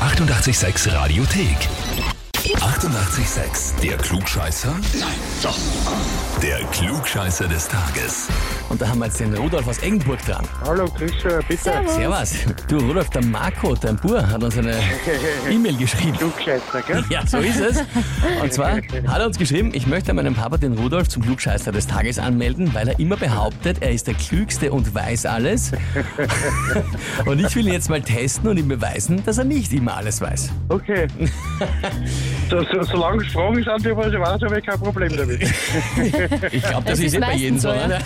886 Radiothek. 88,6. Der Klugscheißer? Nein, doch. Der Klugscheißer des Tages. Und da haben wir jetzt den Rudolf aus Eggenburg dran. Hallo, Grüße, bitte. Servus. Du Rudolf, der Marco, dein Bub, hat uns eine E-Mail geschrieben. Klugscheißer, gell? Ja, so ist es. Und zwar hat er uns geschrieben, ich möchte meinem Papa den Rudolf zum Klugscheißer des Tages anmelden, weil er immer behauptet, er ist der Klügste und weiß alles. Und ich will ihn jetzt mal testen und ihm beweisen, dass er nicht immer alles weiß. Okay. Solange es Fragen sind, die was ich weiß, habe ich kein Problem damit. Ich glaube, das ist bei jedem so, oder?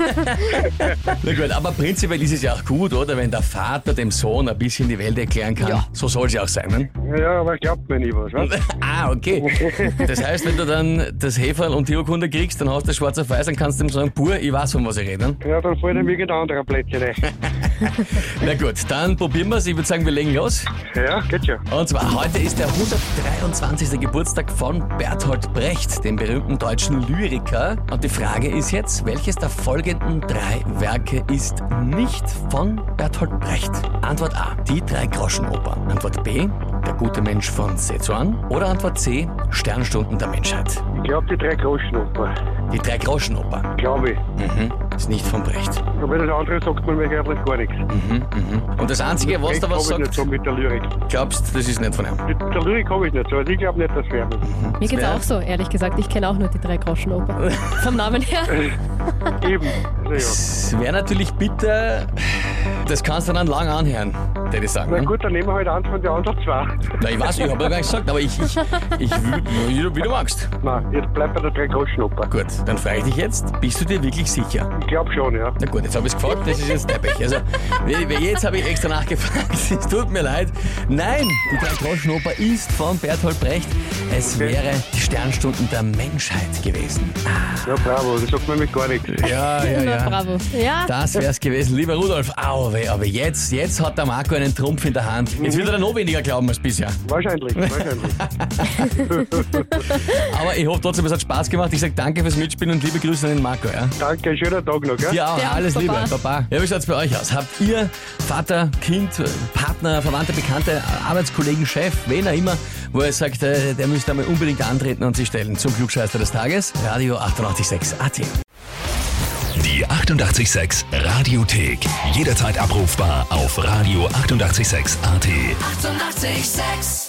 Na gut, aber prinzipiell ist es ja auch gut, oder? Wenn der Vater dem Sohn ein bisschen die Welt erklären kann. Ja. So soll es ja auch sein, ne? Ja, aber glaubt mir nie was, was? Okay. Das heißt, wenn du dann das Heferl und die Urkunde kriegst, dann hast du schwarz auf weiß, dann kannst du ihm sagen, Bur, ich weiß, von was ich rede. Ne? Ja, dann fällt ihm irgendein anderer Plätzchen rein. Na gut, dann probieren wir es. Ich würde sagen, wir legen los. Ja, geht schon. Und zwar, heute ist der 123. Geburtstag von Bertolt Brecht, dem berühmten deutschen Lyriker. Und die Frage ist jetzt, welches der folgenden 3 Werke ist nicht von Bertolt Brecht? Antwort A, die Drei-Groschen-Oper. Antwort B, der gute Mensch von Szechuan. Oder Antwort C, Sternstunden der Menschheit. Ich glaube, die Drei-Groschen-Oper. Die Drei-Groschen-Oper. Glaube ich. Ist nicht von Brecht. Aber das andere sagt man mir eigentlich gar nichts. Und das Einzige, was da was ich nicht sagt, so mit der Lyrik. glaubst, das ist nicht von ihm. Mit der Lyrik habe ich nicht so. Also ich glaube nicht, dass wir haben. Mir geht's auch so, ehrlich gesagt. Ich kenne auch nur die Drei-Groschen-Oper. Vom Namen her. Eben. Also, Es wäre natürlich bitter, das kannst du dann lang anhören, würde ich sagen. Na Ne? gut, dann nehmen wir halt eins von den anderen 2. Na, ich weiß, ich habe ja gar nicht gesagt, aber ich will, wie du magst. Nein, jetzt bleibt bei der Drei-Groschen-Oper. Gut, dann frage ich dich jetzt, bist du dir wirklich sicher? Ich glaube schon, ja. Na gut, jetzt habe ich es gefragt, das ist jetzt der Pech. Also, jetzt habe ich extra nachgefragt, es tut mir leid. Nein, die Drei-Groschen-Oper ist von Bertolt Brecht. Es wäre die Sternstunden der Menschheit gewesen. Ja, bravo, das sagt man mir gar nichts. Ja. Na, bravo. Ja, Das wär's gewesen, lieber Rudolf. Aber jetzt hat der Marco einen Trumpf in der Hand. Jetzt wird er noch weniger glauben als bisher. Wahrscheinlich. Aber ich hoffe trotzdem, es hat Spaß gemacht. Ich sage danke fürs Mitspielen und liebe Grüße an den Marco. Ja? Danke, schöner Tag noch, gell? Dir auch, Ja, alles Baba. Liebe. Baba. Ja, wie schaut's bei euch aus? Habt ihr Vater, Kind, Partner, Verwandte, Bekannte, Arbeitskollegen, Chef, wen auch immer, wo ihr sagt, der müsste einmal unbedingt antreten und sich stellen zum Klugscheißer des Tages? Radio 886 AT. Die 88,6 Radiothek. Jederzeit abrufbar auf Radio 88,6 AT. 88,6.